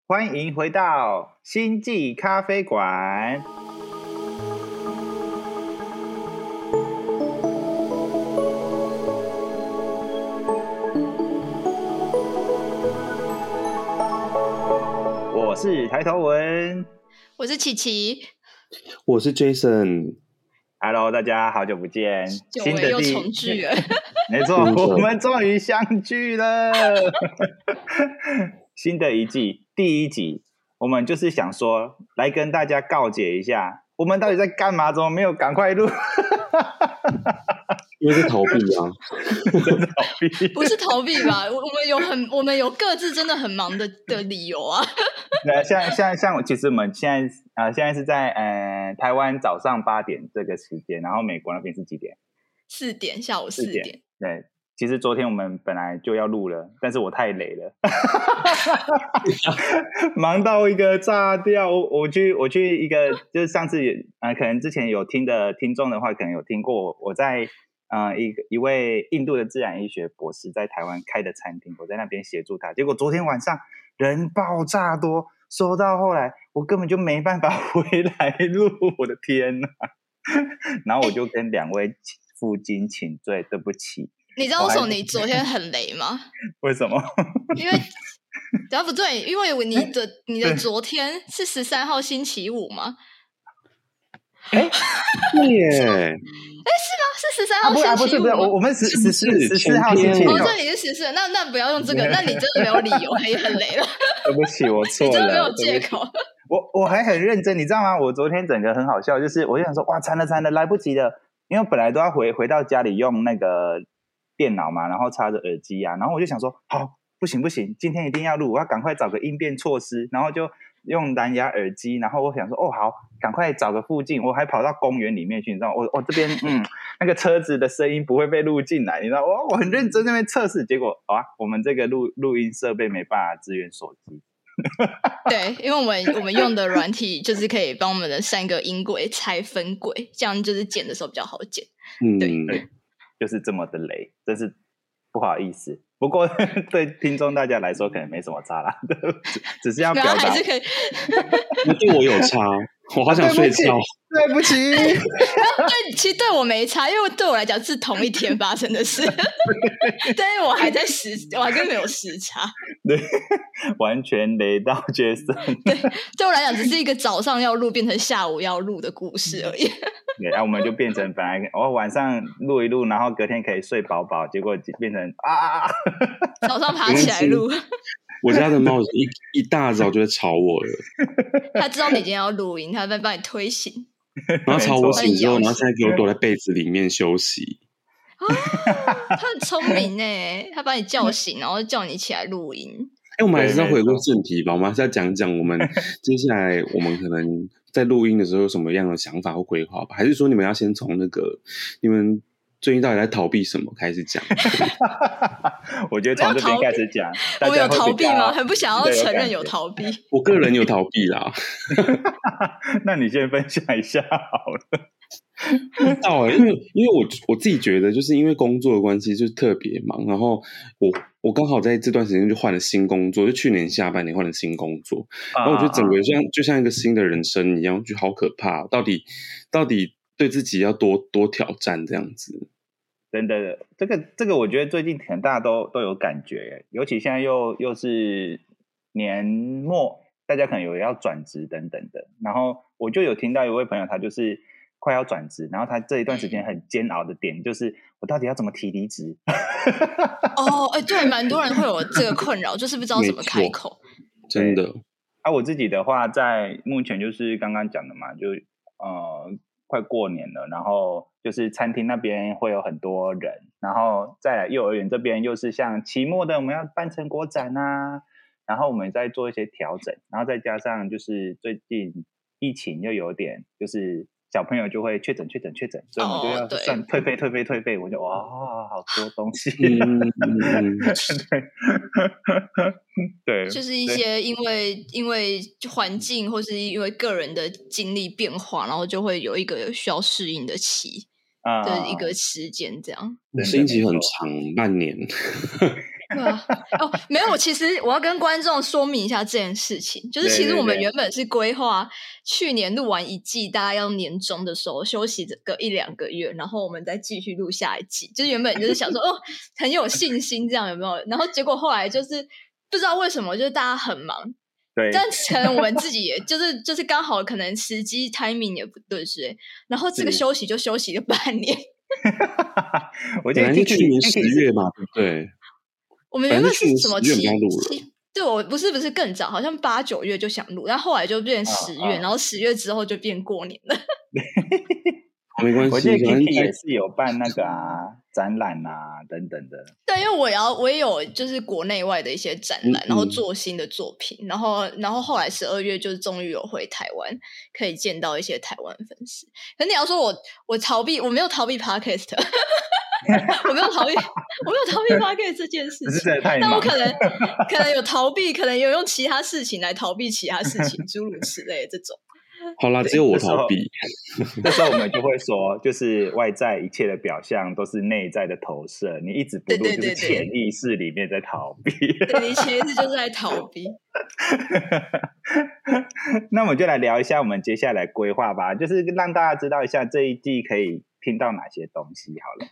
欢迎回到星际咖啡馆。我是抬头文， 我是琪琪， 我是 Jason。Hello， 大家好久不见， 久违又重聚了。 没错，我们终于相聚了。新的一季第一集，我们就是想说来跟大家告解一下，我们到底在干嘛？怎么没有赶快录？ 因为是逃避啊， 逃避不是逃避吧？我们有各自真的很忙的理由啊。 对，像其实我们现在是在台湾早上8点这个时间，然后美国那边是几点 ？4点，下午4点。 对，其实昨天我们本来就要录了，但是我太累了，忙到一个炸掉。我去一个，就是上次可能之前有听的听众的话，可能有听过我在一位印度的自然医学博士在台湾开的餐厅，我在那边协助他。结果昨天晚上人爆炸多，说到后来我根本就没办法回来录，我的天哪！然后我就跟2位负荆请罪，对不起。 你知道为什么你昨天很雷吗？ 为什么？ 因为不对，因为你的昨天是13号星期五吗？ 对耶， 是吗？是13号星期五吗？ 不是，我们14号星期五。 这里是14，那不要用这个，那你真的没有理由，也很雷了。 对不起，我错了， 你真的没有借口。 我还很认真，你知道吗？我昨天整个很好笑，就是我就想说，哇，惨了，来不及了，因为本来都要回到家里用那个电脑嘛，然后插着耳机啊，然后我就想说，好，不行，今天一定要录，我要赶快找个应变措施，然后就用蓝牙耳机，然后我想说，哦，好，赶快找个附近，我还跑到公园里面去，你知道，我这边那个车子的声音不会被录进来，你知道，我很认真在那边测试，结果我们这个录音设备没办法支援手机。 对，因为我们用的软体就是可以帮我们的3个音轨拆分轨，这样就是剪的时候比较好剪。 对，就是这么的雷，真是不好意思。不过对听众大家来说可能没什么差啦，只是要表达。 还是可以。 对我有差，我好想睡觉。 对不起。 其实对我没差，因为对我来讲是同一天发生的事，但是我还跟没有时差。 对，完全雷到Jason。 对我来讲只是一个早上要录变成下午要录的故事而已。 对，然后我们就变成本来晚上录一录，然后隔天可以睡饱饱，结果变成早上爬起来录。 我家的猫一大早就会吵我了， 他知道你今天要录音，他在帮你推醒， 然后吵我醒之后，然后现在给我躲在被子里面休息。 他很聪明耶，他把你叫醒，然后叫你起来录音。 我们还是要回归正题吧，我们还是要讲讲我们接下来我们可能在录音的时候有什么样的想法或规划吧？还是说你们要先从那个你们最近到底在逃避什么开始讲？ 我觉得从这边开始讲。 我们有逃避吗？很不想要承认有逃避。 我个人有逃避啦。 那你先分享一下好了。 因为我自己觉得，就是因为工作的关系，就特别忙。然后我刚好在这段时间就换了新工作，就去年下半年换了新工作。然后我觉得整个就像一个新的人生一样，就好可怕。到底对自己要多挑战这样子。 真的，这个我觉得最近可能大家都有感觉，尤其现在又是年末，大家可能有要转职等等的。然后我就有听到一位朋友，他就是快要转职，然后他这一段时间很煎熬的点就是我到底要怎么提离职。 对，蛮多人会有这个困扰，就是不知道怎么开口。 真的。 我自己的话，在目前就是刚刚讲的嘛，就快过年了，然后就是餐厅那边会有很多人，然后再来幼儿园这边又是像期末的我们要办成果展啊，然后我们再做一些调整，然后再加上就是最近疫情又有点就是小朋友就会确诊，所以我们就要算退费，我就哇，好多东西。对， 就是一些因为环境或是因为个人的经历变化，然后就会有一个需要适应的期的一个时间，这样。 星期很长，半年。 没有，其实我要跟观众说明一下这件事情，就是其实我们原本是规划去年录完一季，大概要年中的时候休息个1-2个月，然后我们再继续录下一季。就是原本就是想说很有信心这样，有没有？然后结果后来就是不知道为什么，就是大家很忙。 对， 但可能我们自己也就是刚好可能时机 timing 也不对之类，然后这个休息就休息了半年。 我觉得是去年10月嘛，对不对？ 我们原本是什么对， 我不是更早，好像8、9月就想录，但后来就变10月，然后10月之后就变过年了。 没关系， 我记得 Kiki 也是有办那个展览等等的。 对，因为我也有就是国内外的一些展览，然后做新的作品，然后后来12月就终于有回台湾，可以见到一些台湾粉丝。可是你要说我逃避，我没有逃避 Podcast 我没有逃避 Podcast 这件事情，但我可能有逃避，可能有用其他事情来逃避其他事情，诸如此类的这种。 好啦，只有我逃避。 这时候我们就会说，就是外在一切的表象都是内在的投射，你一直不录就是潜意识里面在逃避。 对，你潜意识就是在逃避。 那我们就来聊一下我们接下来规划吧，就是让大家知道一下这一季可以听到哪些东西好了。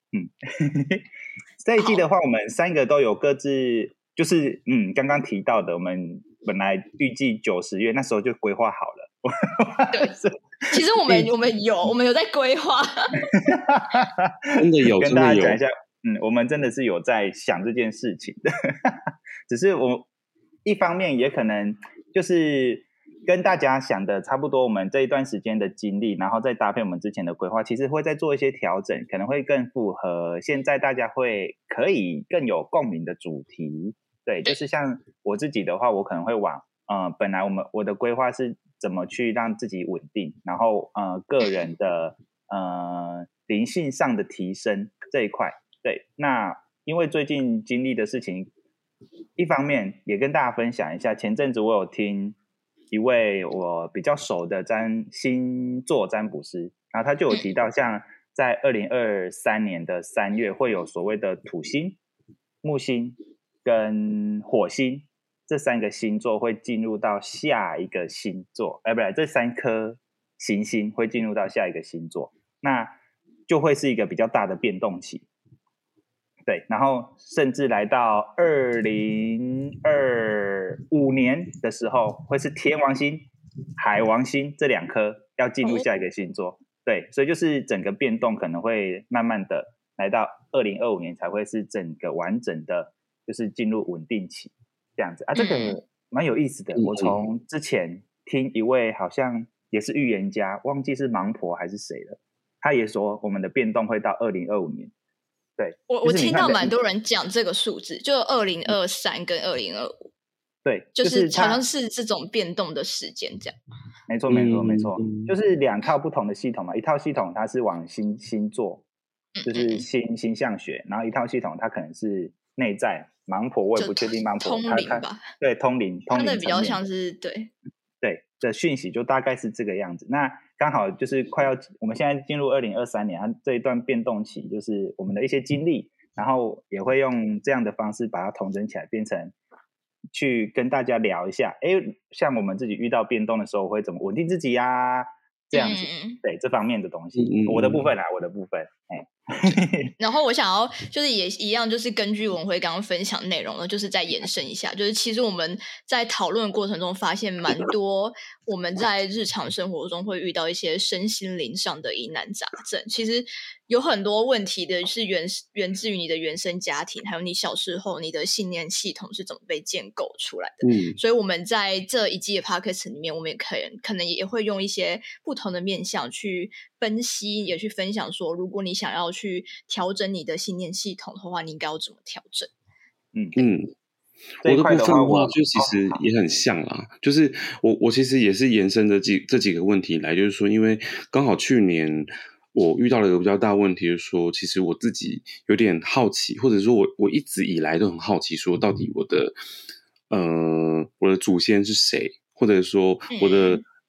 这一季的话，我们3个都有各自就是刚刚提到的，我们本来预计9、10月那时候就规划好了。 对，其实我们有在规划， 真的有， 跟大家讲一下，我们真的是有在想这件事情的，只是我一方面也可能就是跟大家想的差不多，我们这一段时间的经历，然后再搭配我们之前的规划，其实会再做一些调整，可能会更符合现在大家可以更有共鸣的主题。对，就是像我自己的话，我可能会往本来我的规划是怎么去让自己稳定，然后个人的灵性上的提升这一块。对，那因为最近经历的事情，一方面也跟大家分享一下，前阵子我有听一位我比较熟的星座占卜师，然后他就有提到，像在2023年的3月会有所谓的土星、木星跟火星这3个星座会进入到下一个星座，不对，这3颗行星会进入到下一个星座，那就会是一个比较大的变动期。对，然后甚至来到2025年的时候，会是天王星、海王星这2颗要进入下一个星座。对，所以就是整个变动可能会慢慢的来到2025年才会是整个完整的，就是进入稳定期这样子啊。这个蛮有意思的。我从之前听一位好像也是预言家，忘记是盲婆还是谁了，他也说我们的变动会到2025年。对， 我听到蛮多人讲这个数字，就2023跟2025， 对， 就是好像是这种变动的时间这样。 没错，就是2套不同的系统嘛，一套系统它是往星座，就是星象学，然后一套系统它可能是内在盲婆，我也不确定盲婆通灵吧？ 对，通灵它的比较像是对的讯息就大概是这个样子。那刚好就是我们现在进入2023年，它这一段变动期就是我们的一些经历，然后也会用这样的方式把它统整起来，变成去跟大家聊一下，像我们自己遇到变动的时候会怎么稳定自己呀，这样子。对，这方面的东西，我的部分。 然后我想要就是也一样，就是根据文辉刚刚分享内容呢，就是再延伸一下，就是其实我们在讨论的过程中发现蛮多我们在日常生活中会遇到一些身心灵上的疑难杂症，其实有很多问题的是源自于你的原生家庭，还有你小时候你的信念系统是怎么被建构出来的。所以我们在这一季的 podcast 里面，我们也可能也会用一些不同的面向去分析，也去分享说，如果你想要去调整你的信念系统的话，你应该要怎么调整。 我的部分的话就其实也很像啦，就是我其实也是延伸的这几个问题来，就是说因为刚好去年我遇到了一个比较大的问题，就是说其实我自己有点好奇，或者说我一直以来都很好奇，说到底我的祖先是谁，或者说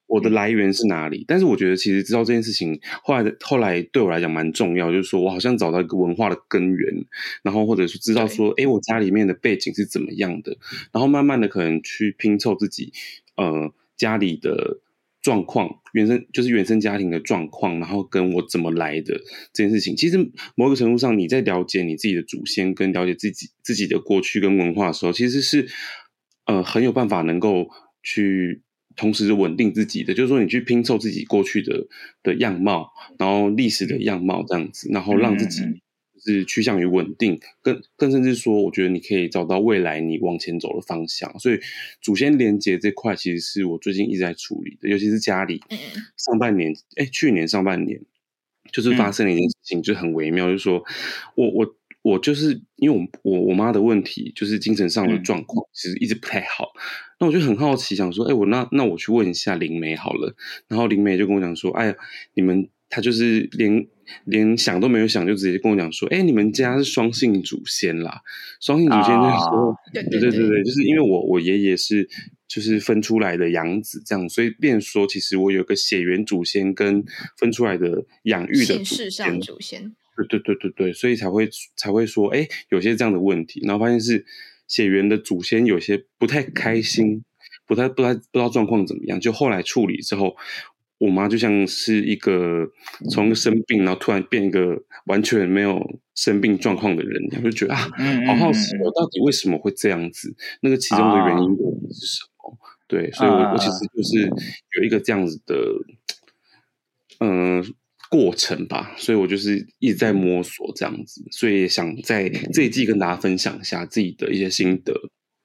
我的来源是哪里？但是我觉得其实知道这件事情，后来对我来讲蛮重要，就是说我好像找到一个文化的根源，然后或者是知道说，我家里面的背景是怎么样的，然后慢慢的可能去拼凑自己家里的状况，原生家庭的状况，然后跟我怎么来的这件事情，其实某个程度上，你在了解你自己的祖先，跟了解自己的过去跟文化的时候，其实是很有办法能够去同时稳定自己的，就是说你去拼凑自己过去的样貌，然后历史的样貌这样子，然后让自己是趋向于稳定，更甚至说，我觉得你可以找到未来你往前走的方向。所以祖先连结这块，其实是我最近一直在处理的，尤其是家里去年上半年，就是发生了一件事情，就很微妙，就是说我就是因为我妈的问题，就是精神上的状况其实一直不太好。那我就很好奇，想说，那我去问一下灵媒好了。然后灵媒就跟我讲说，哎呀，他就是连想都没有想，就直接跟我讲说，你们家是双姓祖先啦。双姓祖先那个时候，对，就是因为我爷爷就是分出来的养子这样，所以变成说，其实我有个血缘祖先跟分出来的养育的姓氏上祖先。 对，所以才会说，有些这样的问题，然后发现是血缘的祖先有些不太开心，不知道状况怎么样，就后来处理之后，我妈就像是一个从一个生病，然后突然变一个完全没有生病状况的人，我就觉得好好奇到底为什么会这样子，那个其中的原因是什么？对，所以我其实就是有一个这样子的，过程吧，所以我就是一直在摸索这样子，所以也想在这一季跟大家分享一下自己的一些心得。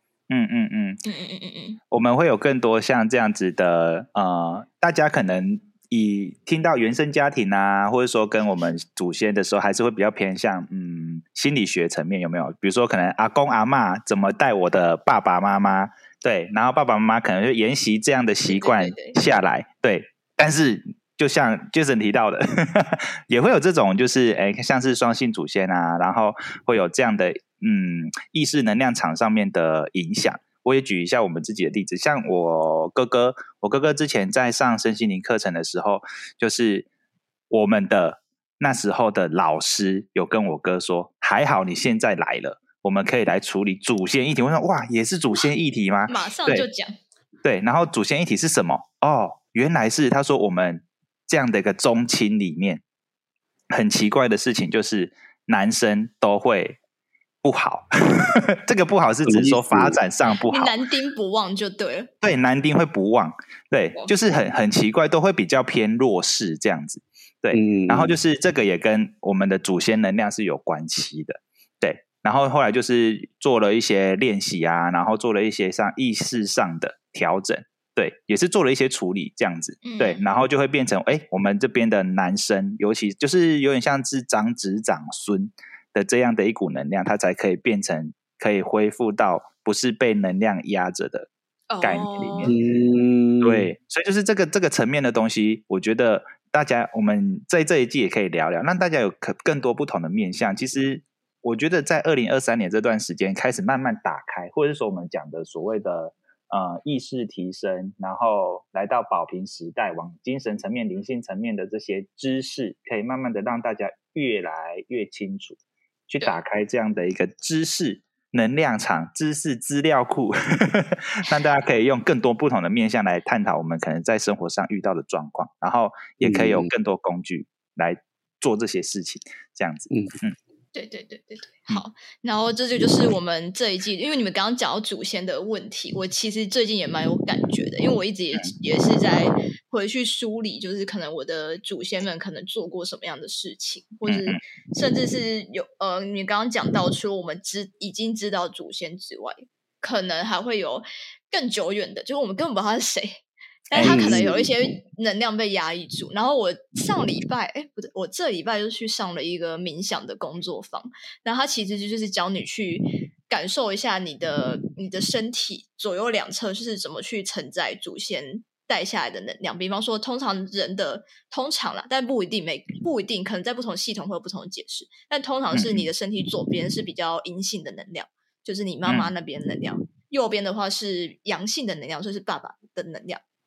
我们会有更多像这样子的大家可能以听到原生家庭啊，或者说跟我们祖先的时候，还是会比较偏向心理学层面，有没有？比如说可能阿公阿嬷怎么带我的爸爸妈妈，对，然后爸爸妈妈可能就沿袭这样的习惯下来，对，但是就像 Jason 提到的也会有这种就是像是双性祖先啊，然后会有这样的意识能量场上面的影响。我也举一下我们自己的例子，像我哥哥之前在上身心灵课程的时候，就是我们的那时候的老师有跟我哥说，还好你现在来了，我们可以来处理祖先议题。我说哇，也是祖先议题吗？ 马上就讲。 对，然后祖先议题是什么？原来是他说我们这样的一个宗亲里面，很奇怪的事情就是男生都会不好这个不好是指说发展上不好， 你男丁不旺就对了。 对，男丁会不旺，对，就是很奇怪，都会比较偏弱势这样子。对，然后就是这个也跟我们的祖先能量是有关系的。对，然后后来就是做了一些练习啊，然后做了一些上意识上的调整，对，也是做了一些处理这样子。对，然后就会变成我们这边的男生，尤其就是有点像是长子长孙的这样的一股能量，它才可以变成可以恢复到不是被能量压着的概念里面。对，所以就是这个层面的东西，我觉得大家我们在这一季也可以聊聊，让大家有更多不同的面向。其实我觉得在2023年这段时间开始慢慢打开，或者是说我们讲的所谓的意识提升，然后来到宝瓶时代，往精神层面灵性层面的这些知识，可以慢慢的让大家越来越清楚，去打开这样的一个知识能量场、知识资料库让大家可以用更多不同的面向来探讨我们可能在生活上遇到的状况，然后也可以有更多工具来做这些事情这样子。 对，好，然后这就是我们这一季，因为你们刚刚讲到祖先的问题，我其实最近也蛮有感觉的，因为我一直也是在回去梳理，就是可能我的祖先们可能做过什么样的事情，或是甚至是有你刚刚讲到说我们已经知道祖先之外，可能还会有更久远的，就是我们根本不知道他是谁。但是他可能有一些能量被压抑住，然后我上礼拜不对，我这礼拜就去上了一个冥想的工作坊，然后他其实就是教你去感受一下你的身体左右两侧就是怎么去承载祖先带下来的能量。比方说通常啦，但不一定可能在不同系统会有不同的解释，但通常是你的身体左边是比较阴性的能量，就是你妈妈那边的能量，右边的话是阳性的能量，就是爸爸的能量。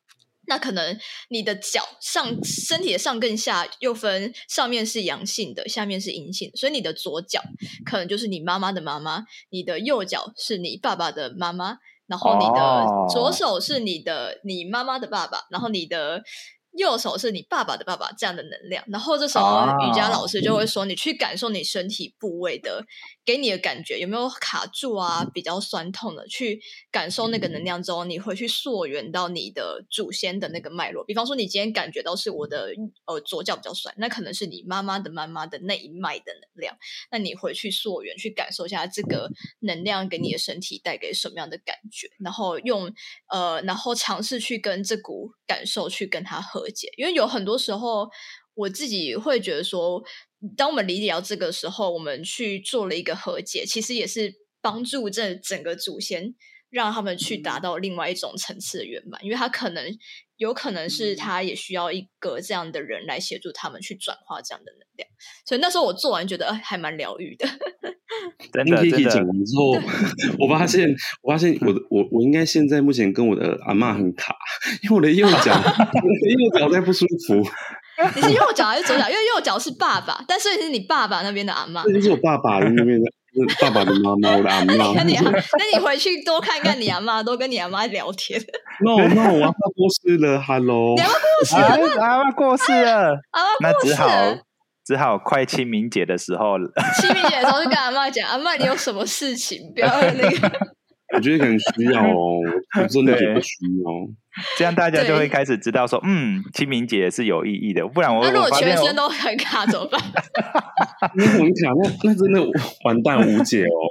那可能你的脚身体的上跟下又分上面是阳性的，下面是阴性的，所以你的左脚可能就是你妈妈的妈妈，你的右脚是你爸爸的妈妈，然后你的左手是你妈妈的爸爸，然后你的右手是你爸爸的爸爸，这样的能量。然后这时候瑜伽老师就会说，你去感受你身体部位的给你的感觉有没有卡住啊，比较酸痛的，去感受那个能量之后，你回去溯源到你的祖先的那个脉络。比方说你今天感觉到是我的左脚比较酸，那可能是你妈妈的妈妈的那一脉的能量，那你回去溯源去感受一下这个能量给你的身体带给什么样的感觉，然后然后尝试去跟这股感受去跟它和解。因为有很多时候我自己会觉得说，当我们理解到这个时候，我们去做了一个和解，其实也是帮助这整个祖先让他们去达到另外一种层次的圆满。因为他有可能是他也需要一个这样的人来协助他们去转化这样的能量，所以那时候我做完觉得还蛮疗愈的。 真的真的讲完之后，我发现我应该现在目前跟我的阿嬷很卡，因为我的右脚在不舒服。 你是右脚还是左脚？因为右脚是爸爸，但是是你爸爸那边的阿嬷， 这就是我爸爸那边的爸爸的妈妈，我的阿嬷。 那你回去多看看你阿嬷，多跟你阿嬷聊天。 No， 我阿嬷过世了 ，Hello， 你阿嬷过世了， 阿嬷过世了， 那只好快清明节的时候了。 清明节的时候就跟阿嬷讲，阿嬷你有什么事情不要那个。 我觉得可能需要哦，我真的觉得需要。 这样大家就会开始知道说，清明节是有意义的，不然那如果全身都很卡怎么办？ 你很卡，那真的完蛋无解哦。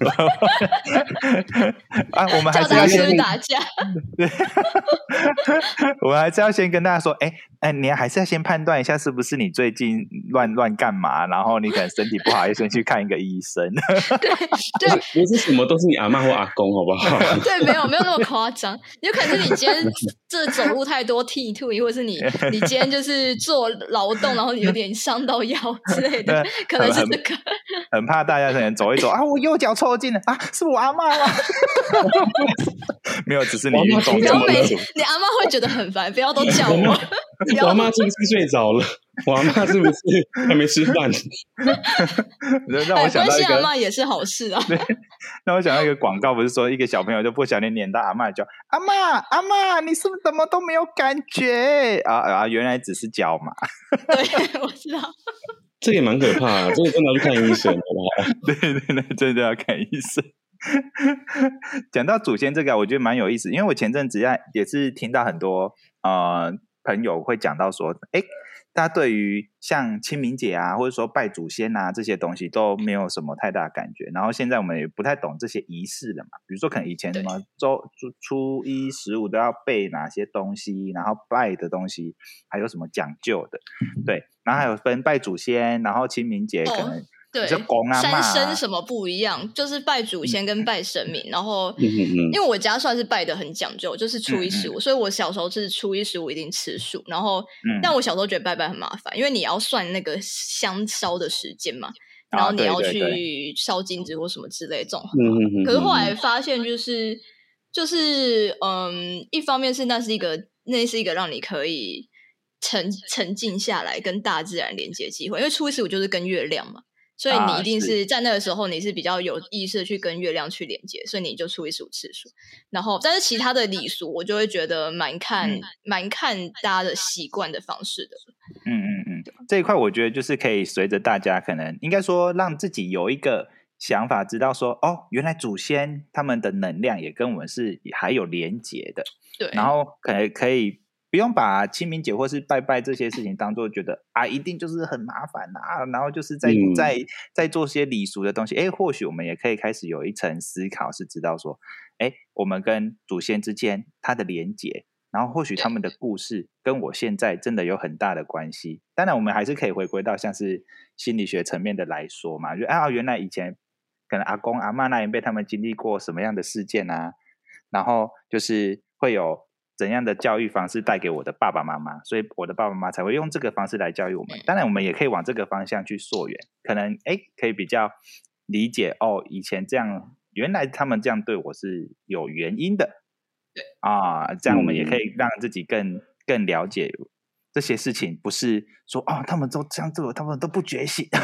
我们还是要先打架。 我们还是要先跟大家说，你还是要先判断一下是不是你最近乱干嘛，然后你可能身体不好，要先去看一个医生。 对， 不是什么都是你阿嬷或阿公，好不好？ 对，没有那么夸张，有可能是你今天这走路太多踢腿，或者是你今天就是做劳动，然后你有点伤到腰之类的，可能是这个。 很怕大家可能走一走我右脚抽筋了是我阿嬷吗？没有，只是你运动这么累， 你阿嬷会觉得很烦，不要都叫我。 我阿嬷是不是睡着了？我阿嬷是不是还没吃饭？ 让我想到一个， 阿嬷也是好事啊。 对，让我想到一个广告，不是说一个小朋友就不小心黏到阿嬷脚，阿嬷，你是不是怎么都没有感觉原来只是脚嘛。 对，我知道。 这个也蛮可怕的，这个真的要去看医生，好不好？ 对，真的要看医生。讲到祖先这个，我觉得蛮有意思，因为我前阵子也是听到很多朋友会讲到说，大家对于像清明节啊，或者说拜祖先啊这些东西都没有什么太大的感觉，然后现在我们也不太懂这些仪式了嘛，比如说可能以前什么初一十五都要备哪些东西，然后拜的东西还有什么讲究的，对，然后还有分拜祖先，然后清明节可能对，三牲什么不一样，就是拜祖先跟拜神明，然后因为我家算是拜的很讲究，就是初一十五，所以我小时候是初一十五一定吃素，然后但我小时候觉得拜拜很麻烦，因为你要算那个香烧的时间嘛，然后你要去烧金纸或什么之类这种，可是后来发现就是一方面是那是一个让你可以沉静下来跟大自然连接的机会，因为初一十五就是跟月亮嘛，所以你一定是在那个时候你是比较有意识的去跟月亮去连接，所以你就初一十五吃素。然后但是其他的礼俗我就会觉得蛮看大家的习惯的方式的。 这一块我觉得就是可以随着大家可能应该说让自己有一个想法，知道说原来祖先他们的能量也跟我们是还有连结的。 对， 然后可以不用把清明节或是拜拜这些事情当作觉得一定就是很麻烦然后就是在做些礼俗的东西。或许我们也可以开始有一层思考，是知道说我们跟祖先之间它的连结，然后或许他们的故事跟我现在真的有很大的关系。当然我们还是可以回归到像是心理学层面的来说嘛，就原来以前可能阿公阿嬷那一辈他们经历过什么样的事件啊，然后就是会有怎样的教育方式带给我的爸爸妈妈，所以我的爸爸妈妈才会用这个方式来教育我们。当然我们也可以往这个方向去溯源，可能可以比较理解以前这样，原来他们这样对我是有原因的。对这样我们也可以让自己更更了解这些事情，不是说他们都这样做，他们都不觉醒。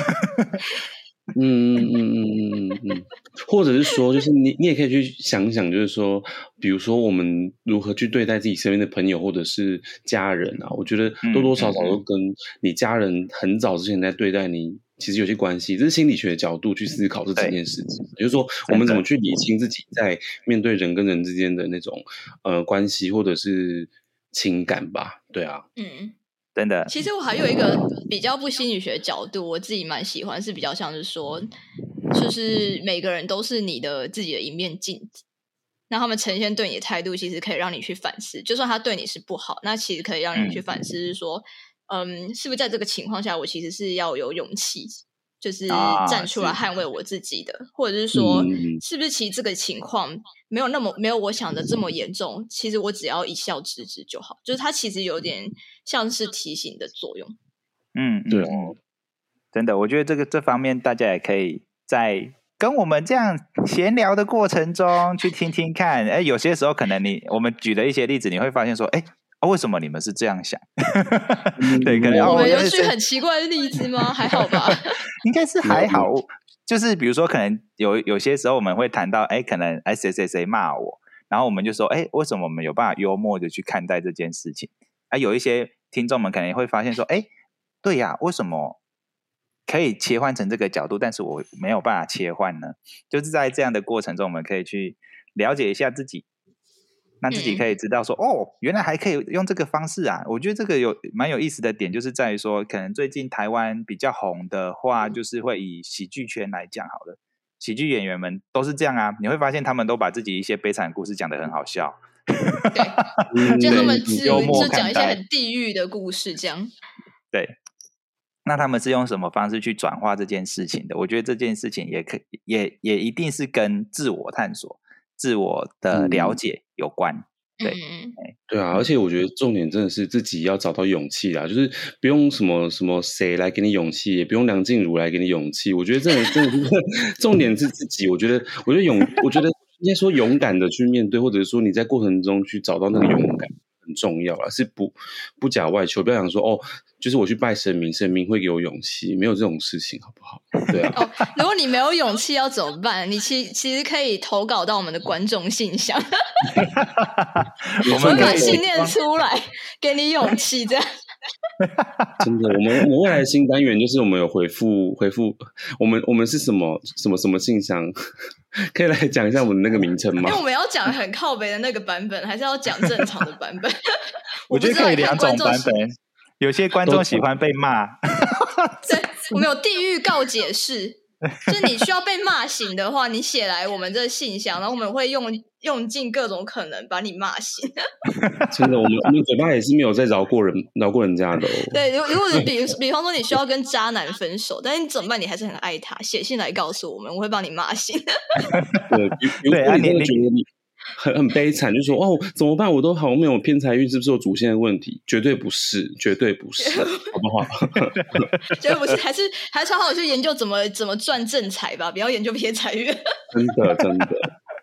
或者是说，就是你也可以去想想，就是说，比如说我们如何去对待自己身边的朋友或者是家人啊，我觉得多多少少都跟你家人很早之前在对待你其实有些关系，这是心理学的角度去思考这几件事情，也就是说我们怎么去理清自己在面对人跟人之间的那种关系或者是情感吧，对啊， 真的。 其实我还有一个比较不心理学的角度，我自己蛮喜欢，是比较像是说，就是每个人都是你的自己的一面镜子，那他们呈现对你的态度，其实可以让你去反思，就算他对你是不好，那其实可以让你去反思，是说，是不是在这个情况下，我其实是要有勇气，就是站出来捍卫我自己的，或者是说，是不是其实这个情况没有我想的这么严重，其实我只要一笑置之就好，就是它其实有点像是提醒的作用。 对真的，我觉得这方面大家也可以在跟我们这样闲聊的过程中去听听看。有些时候可能我们举的一些例子，你会发现说，为什么你们是这样想？对，可能我们有举很奇怪的例子吗？还好吧， 应该是还好。就是比如说，可能有些时候我们会谈到，可能谁骂我，然后我们就说，为什么我们有办法幽默的去看待这件事情？有一些听众们可能会发现说，对呀，为什么可以切换成这个角度，但是我没有办法切换呢？就是在这样的过程中，我们可以去了解一下自己。那自己可以知道说，原来还可以用这个方式啊！我觉得这个蛮有意思的点，就是在于说，可能最近台湾比较红的话，就是会以喜剧圈来讲好了，喜剧演员们都是这样啊。你会发现他们都把自己一些悲惨的故事讲得很好笑， 对，就他们就讲一些很地狱的故事，这样。 对，那他们是用什么方式去转化这件事情的？我觉得这件事情也一定是跟自我探索、自我的了解有关。 对啊，而且我觉得重点真的是自己要找到勇气啦，就是不用什么谁来给你勇气，也不用梁静茹来给你勇气。我觉得真的是重点是自己。我觉得应该说勇敢的去面对，或者说你在过程中去找到那个勇敢很重要啦，是不假外求，不要想说就是我去拜神明，神明会给我勇气，没有这种事情，好不好？对啊。 如果你没有勇气要怎么办？你其实可以投稿到我们的观众信箱，我们把信念出来，给你勇气，这样。 真的，我们未来的新单元就是我们有回复，我们是什么信箱，可以来讲一下我们那个名称吗？ 因为我们要讲很靠北的那个版本，还是要讲正常的版本？ 我觉得可以两种版本。有些观众喜欢被骂， 对，我们有地狱告解室，就是你需要被骂醒的话，你写来我们这信箱，然后我们会用尽各种可能把你骂醒。 真的，我们嘴巴也是没有在饶过人家的。 对，如果比方说你需要跟渣男分手，但是你怎么办？你还是很爱他，写信来告诉我们，我会帮你骂醒。 对，如果你真的觉得你很悲惨，就说怎么办？我都好像没有偏财运，是不是有祖先的问题？绝对不是，好不好？ 绝对不是，还是好好去研究怎么赚正财吧，不要研究偏财运。 真的。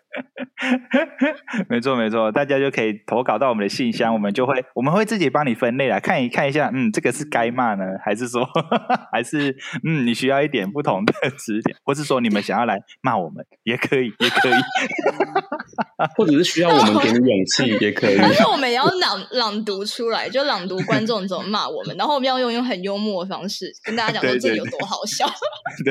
没错，大家就可以投稿到我们的信箱，我们会自己帮你分类啦，看一下，这个是该骂呢，还是说还是你需要一点不同的指点，或是说你们想要来骂我们也可以， 或者是需要我们给你勇气也可以。 但是我们也要朗读出来，就朗读观众怎么骂我们，然后我们要用很幽默的方式跟大家讲说这里有多好笑。 对。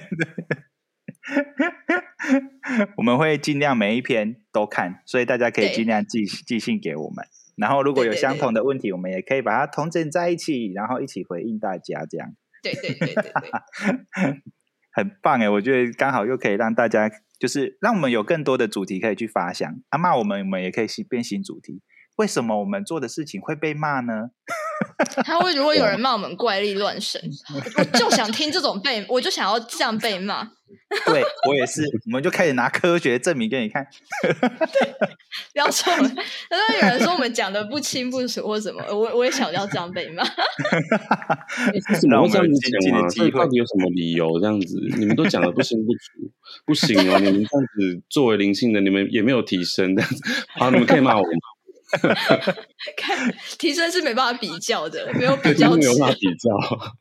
我们会尽量每一篇都看，所以大家可以尽量寄信给我们，然后如果有相同的问题，我们也可以把它统整在一起，然后一起回应大家，这样。 对， 很棒耶，我觉得刚好又可以让大家，就是让我们有更多的主题可以去发想。骂我们也可以变新主题。为什么我们做的事情会被骂呢？ 如果有人骂我们怪力乱神，我就想听这种我就想要这样被骂。 对，我也是，我们就开始拿科学证明给你看。 不要说我们，有人说我们讲的不清不楚或什么，我也想要这样被骂。 让我们有经济的机会，到底有什么理由这样子？你们都讲的不清不楚，不行哦！你们这样子作为灵性的，你们也没有提升这样子。好，你们可以骂我们。 看提升是没办法比较的，没有比较值， 没有办法比较。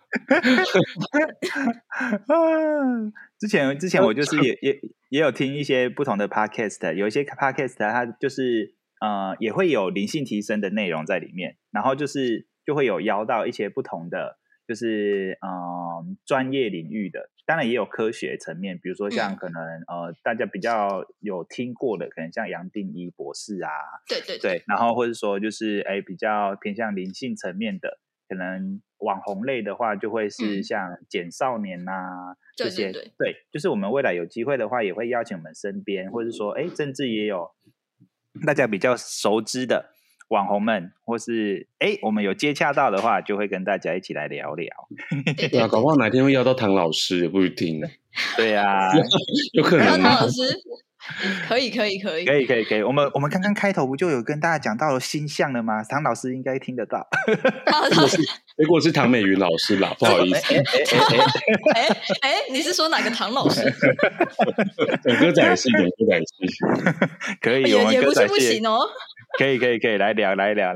之前我就是也有听一些不同的 podcast， 有一些 podcast 它就是也会有灵性提升的内容在里面，然后就会有邀到一些不同的就是专业领域的，当然也有科学层面，比如说像可能大家比较有听过的，可能像杨定一博士啊，对，然后或者说就是比较偏向灵性层面的，可能网红类的话就会是像简少年啊这些，对，就是我们未来有机会的话，也会邀请我们身边，或者说甚至也有大家比较熟知的网红们，或是我们有接洽到的话，就会跟大家一起来聊聊。 对啊，搞不好哪天会邀到唐老师也不一定。 对啊， 有可能。 唐老师可以。 我们刚刚开头不就有跟大家讲到了星象了吗？唐老师应该听得到。 结果是唐美云老师啦，不好意思。 你是说哪个唐老师？ 歌仔戏， 可以， 也不是不行哦。 可以，来聊。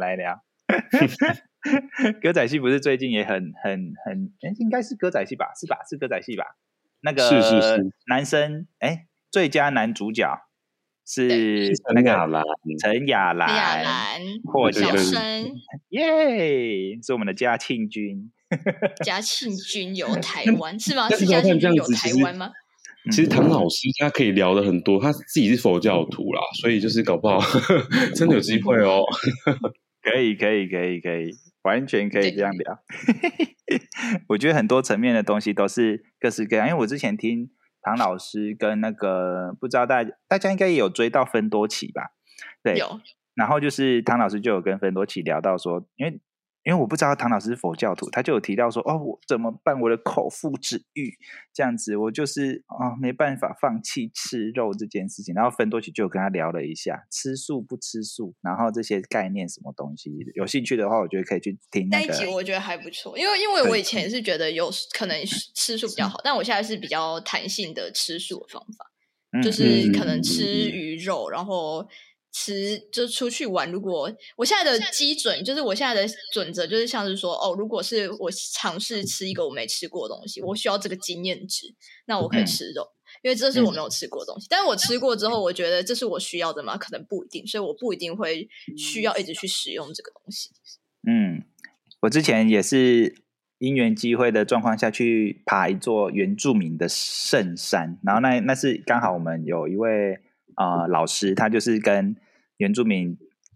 歌仔戏不是最近也很，应该是歌仔戏吧？是歌仔戏吧？那个是男生，最佳男主角是那个陈雅兰获奖， 小生， 耶，是我们的嘉庆君。 嘉庆君游台湾是吗？是嘉庆君游台湾吗？ 其实唐老师他可以聊的很多，他自己是佛教徒啦，所以就是搞不好真的有机会哦。 可以，完全可以这样聊。我觉得很多层面的东西都是各式各样，因为我之前听唐老师跟那个不知道大家应该也有追到芬多奇吧？对， 有。然后就是唐老师就有跟芬多奇聊到说，因为我不知道唐老师是佛教徒，他就有提到说我怎么办，我的口腹之欲这样子，我就是没办法放弃吃肉这件事情。然后芬多奇就有跟他聊了一下吃素不吃素，然后这些概念什么东西，有兴趣的话我觉得可以去听那一集，我觉得还不错。因为我以前是觉得有可能吃素比较好，但我现在是比较弹性的吃素的方法，就是可能吃鱼肉，然后就出去玩。如果我现在的基准，就是我现在的准则，就是像是说如果是我尝试吃一个我没吃过的东西，我需要这个经验值，那我可以吃肉，因为这是我没有吃过的东西。但是我吃过之后，我觉得这是我需要的吗？可能不一定，所以我不一定会需要一直去使用这个东西。 我之前也是因缘机会的状况下去爬一座原住民的圣山，然后那是刚好我们有一位老师，他就是跟原住民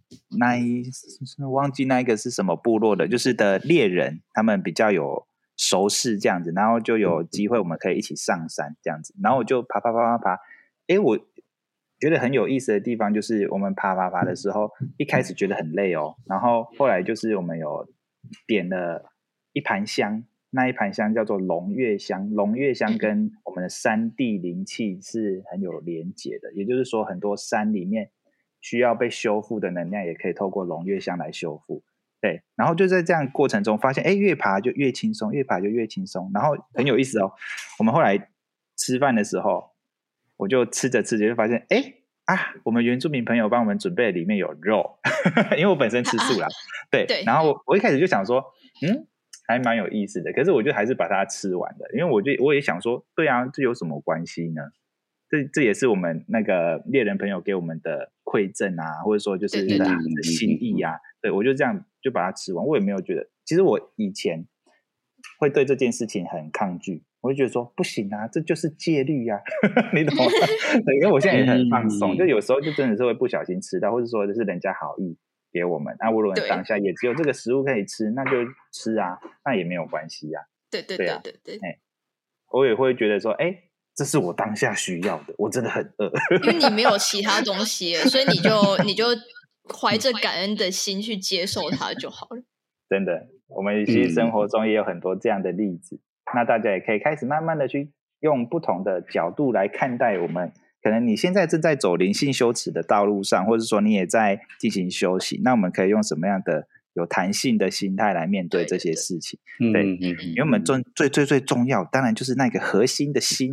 忘记那一个是什么部落的，就是的猎人，他们比较有熟识这样子，然后就有机会我们可以一起上山这样子，然后我就爬，我觉得很有意思的地方就是我们爬的时候，一开始觉得很累然后后来就是我们有点了一盘香，那一盘香叫做龙月香，龙月香跟我们的山地灵气是很有连结的，也就是说很多山里面需要被修复的能量也可以透过龙月香来修复。对，然后就在这样过程中发现越爬就越轻松，越爬就越轻松，然后很有意思我们后来吃饭的时候，我就吃着就发现我们原住民朋友帮我们准备的里面有肉因为我本身吃素啦对，然后我一开始就想说还蛮有意思的，可是我就还是把它吃完了，因为我也想说对啊，这有什么关系呢？这也是我们那个猎人朋友给我们的馈赠啊，或者说就是他的心意啊，对，我就这样就把它吃完。我也没有觉得，其实我以前会对这件事情很抗拒，我就觉得说不行啊，这就是戒律啊你懂吗？因为我现在也很放松，就有时候就真的是会不小心吃到，或者说就是人家好意给我们，我如果当下也只有这个食物可以吃，那就吃啊，那也没有关系啊。 对， 我也会觉得说这是我当下需要的，我真的很饿因为你没有其他东西了，所以你就怀着感恩的心去接受它就好了。 真的，我们其实生活中也有很多这样的例子，那大家也可以开始慢慢的去用不同的角度来看待我们，可能你现在正在走灵性修持的道路上，或者说你也在进行修行，那我们可以用什么样的有弹性的心态来面对这些事情。对，因为我们最重要当然就是那个核心的心嘛，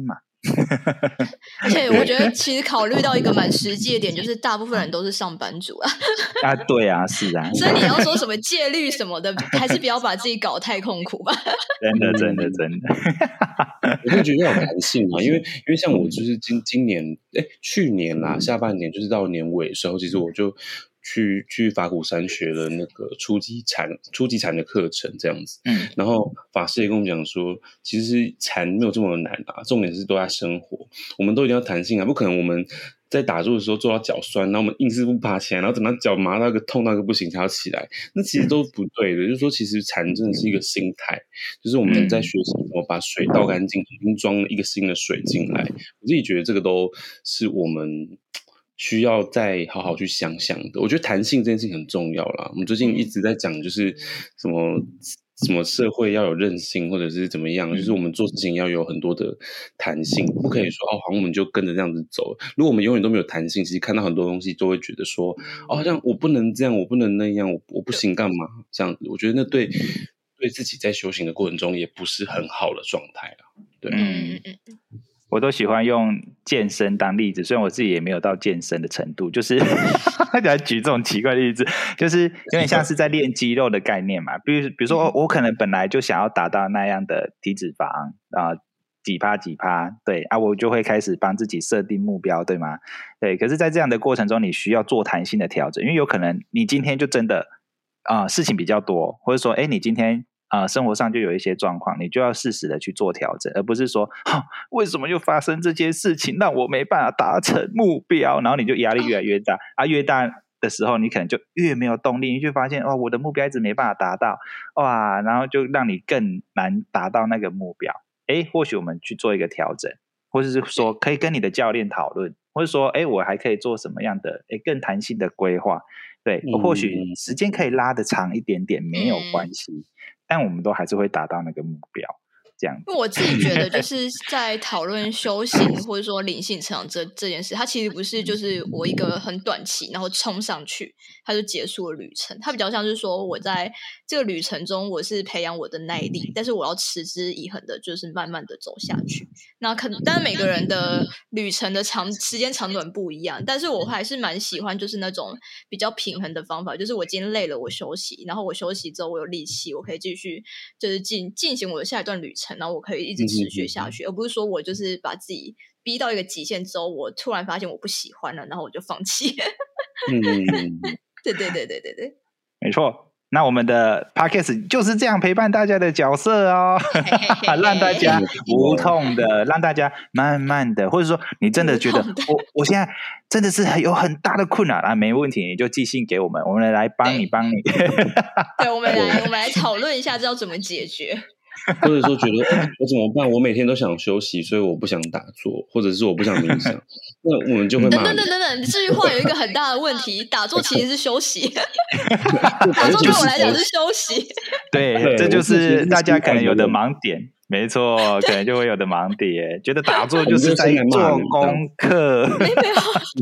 而且我觉得其实考虑到一个蛮实际的点，就是大部分人都是上班族啊。 啊，对啊，是啊。 所以你要说什么戒律什么的，还是不要把自己搞太痛苦吧。 真的。 我会觉得要有弹性嘛，因为像我就是今年去年啦，下半年就是到年尾的时候，其实我就去法鼓山学了那个初级禅的课程这样子。然后法师也跟我们讲说，其实禅没有这么难啊，重点是都在生活，我们都一定要弹性啊，不可能我们在打坐的时候做到脚酸，然后我们硬是不爬起来，然后等到脚麻到一个痛到一个不行才要起来，那其实都不对的。就是说其实禅真的是一个心态，就是我们在学习怎么把水倒干净，重新装一个新的水进来。我自己觉得这个都是我们需要再好好去想想的。我觉得弹性这件事情很重要啦。我们最近一直在讲就是什么社会要有韧性，或者是怎么样，就是我们做事情要有很多的弹性，不可以说好像我们就跟着这样子走。如果我们永远都没有弹性，其实看到很多东西都会觉得说好像我不能这样，我不能那样，我不行干嘛这样子。我觉得那对自己在修行的过程中也不是很好的状态啦。对， 我都喜欢用健身当例子，虽然我自己也没有到健身的程度，就是来举这种奇怪的例子，就是有点像是在练肌肉的概念嘛。比如说我可能本来就想要达到那样的体脂肪几趴，对啊，我就会开始帮自己设定目标，对吗？对，可是在这样的过程中，你需要做弹性的调整，因为有可能你今天就真的事情比较多，或者说你今天生活上就有一些状况，你就要适时的去做调整，而不是说为什么又发生这件事情让我没办法达成目标，然后你就压力越来越大越大的时候你可能就越没有动力，你就发现我的目标一直没办法达到然后就让你更难达到那个目标。或许我们去做一个调整，或者是说可以跟你的教练讨论，或者说我还可以做什么样的更弹性的规划。对，或许时间可以拉得长一点点没有关系，但我们都还是会达到那个目标。这样， 因为我自己觉得就是在讨论修行或者说灵性成长这件事，它其实不是就是我一个很短期然后冲上去它就结束了旅程，它比较像是说我在这个旅程中我是培养我的耐力，但是我要持之以恒的就是慢慢的走下去。那可能当然每个人的旅程的时间长短不一样，但是我还是蛮喜欢就是那种比较平衡的方法，就是我今天累了我休息，然后我休息之后我有力气，我可以继续就是进行我的下一段旅程，然后我可以一直持续下去，而不是说我就是把自己逼到一个极限之后我突然发现我不喜欢了，然后我就放弃。对， 没错。那我们的 podcast 就是这样陪伴大家的角色让大家无痛的，让大家慢慢的，或者说你真的觉得我现在真的是有很大的困难没问题，你就寄信给我们，我们来帮你对，我们来讨论一下这要怎么解决。 或者说觉得我怎么办，我每天都想休息，所以我不想打坐，或者是我不想冥想，那我们就会骂你。 等，这句话有一个很大的问题，打坐其实是休息。打坐对我来讲是休息。 对，这就是大家可能有的盲点。没错，可能就会有的盲点，觉得打坐就是在做功课。 没有。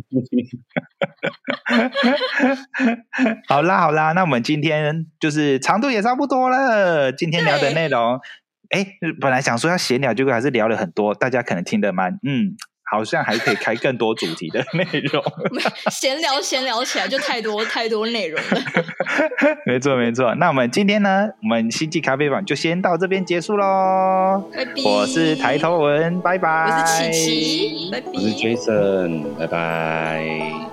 好啦，那我们今天就是长度也差不多了。今天聊的内容，本来想说要闲聊，结果还是聊了很多，大家可能听得蛮好像还可以开更多主题的内容。 闲聊起来就太多内容了。 没错。那我们今天呢，我们星际咖啡馆就先到这边结束咯。我是抬头文，拜拜。 我是琪琪，拜拜。 我是 Jason，拜拜。